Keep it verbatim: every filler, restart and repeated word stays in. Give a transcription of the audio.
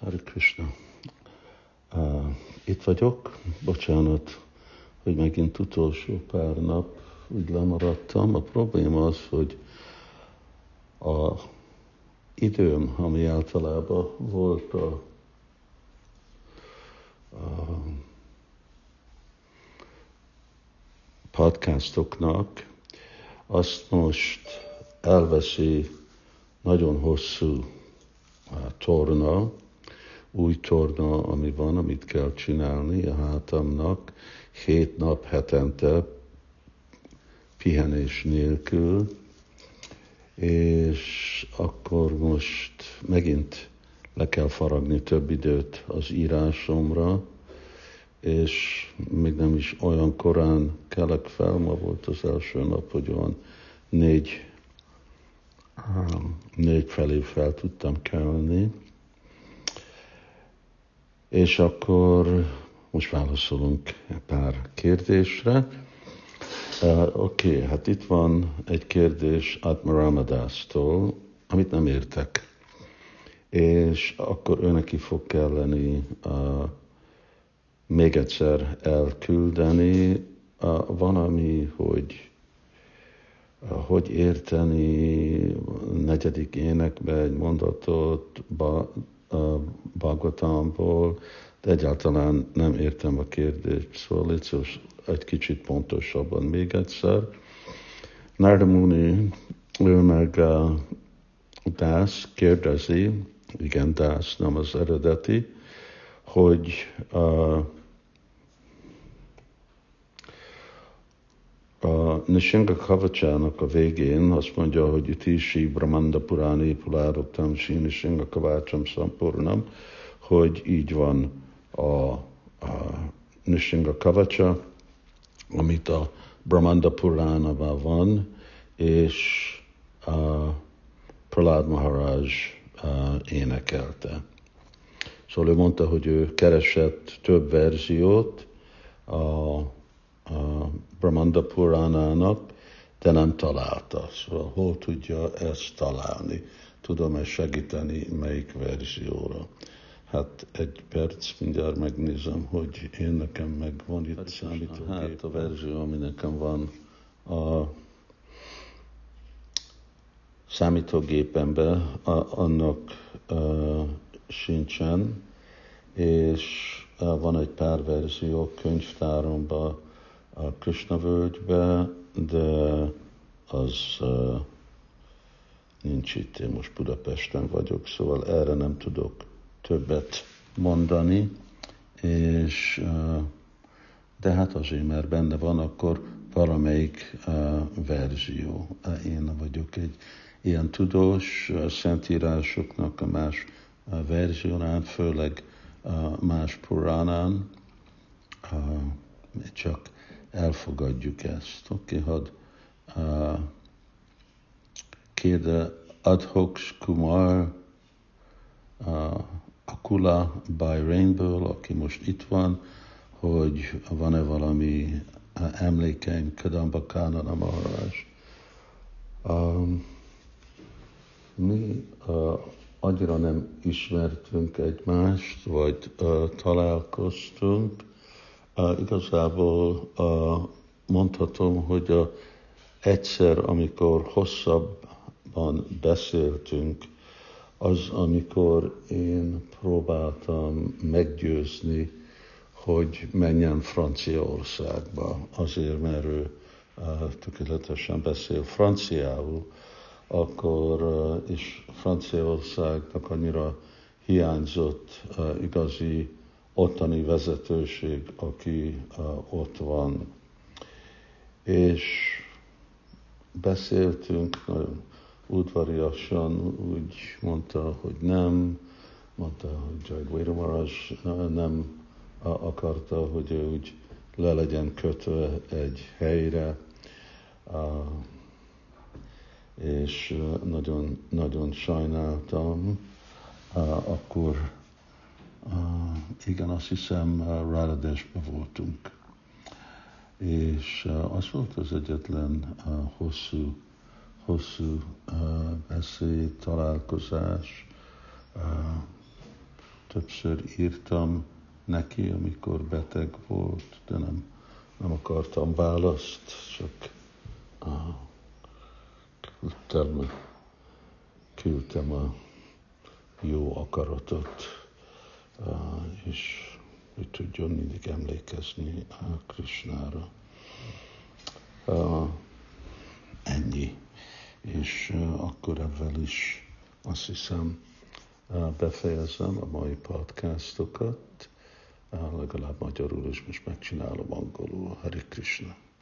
Hare Krishna. Uh, itt vagyok, bocsánat, hogy megint utolsó pár nap úgy lemaradtam. A probléma az, hogy a időm, ami általában volt a, a podcastoknak, azt most elveszi nagyon hosszú a torna, új torna, ami van, amit kell csinálni a hátamnak, hét nap hetente, pihenés nélkül, és akkor most megint le kell faragni több időt az írásomra, és még nem is olyan korán kelek fel, ma volt az első nap, hogy olyan négy, négy felé fel tudtam kelni, és akkor most válaszolunk pár kérdésre. Uh, Oké, okay, hát itt van egy kérdés Atmaramadástól, amit nem értek. És akkor ő neki fog kelleni uh, még egyszer elküldeni uh, valami, hogy uh, hogy érteni negyedik énekbe egy mondatot, ba, uh, Bhagavatamból, de egyáltalán nem értem a kérdést, szóval légy szíves, egy kicsit pontosabban még egyszer. Narada Muni, ő meg uh, Dász kérdezi, igen, Dász, nem az eredeti, hogy uh, a Nishinga Kavacsának a végén azt mondja, hogy Itishi Brahmanda Purani Pulároktam Si Nishinga Kavacham Sampurnam, hogy így van a, a Nishinga Kavacsa, amit a Brahmanda Puránában van, és a Prahlad Maharaj énekelte. Szóval ő mondta, hogy ő keresett több verziót a, a Brahmanda Puránának, de nem találta. Szóval hol tudja ezt találni? Tudom-e segíteni melyik verzióra? Hát egy perc, mindjárt megnézem, hogy én nekem meg van itt számítógép. Hát a verzió, ami nekem van a számítógépemben, annak uh, sincsen, és uh, van egy pár verzió könyvtáromban a Krishna völgybe, de az uh, nincs itt. Én most Budapesten vagyok, szóval erre nem tudok többet mondani, és uh, de hát azért, mert benne van, akkor valamelyik uh, verzió. Én vagyok egy ilyen tudós, a szentírásoknak a más uh, verziónán, főleg uh, más Puránán, uh, csak elfogadjuk ezt. Oké, okay, hadd uh, kérde Adhoks Kumar uh, Akula by Rainbow, aki most itt van, hogy van-e valami emlékeim Kadamba Kanana Maharaj. Um, mi uh, annyira nem ismertünk egymást, vagy uh, találkoztunk. Uh, igazából uh, mondhatom, hogy uh, egyszer, amikor hosszabban beszéltünk, az, amikor én próbáltam meggyőzni, hogy menjen Franciaországba, azért, mert ő uh, tökéletesen beszél franciául, akkor uh, és Franciaországnak annyira hiányzott uh, igazi ottani vezetőség, aki uh, ott van. És beszéltünk, nagyon udvariasan úgy mondta, hogy nem, mondta, hogy Jayadvaita Maharaj nem akarta, hogy ő úgy le legyen kötve egy helyre, és nagyon, nagyon sajnáltam. Akkor igen, azt hiszem Radadesben voltunk, és az volt az egyetlen hosszú, hosszú beszéd, találkozás. többször írtam neki, amikor beteg volt, de nem, nem akartam választ, csak uh, küldtem, küldtem a jó akaratot, uh, és hogy tudjon mindig emlékezni uh, Krishnára. Uh, ennyi. És uh, akkor ebben is azt hiszem uh, befejezem a mai podcastokat, uh, legalább magyarul, és most megcsinálom angolul. Hare Krishna.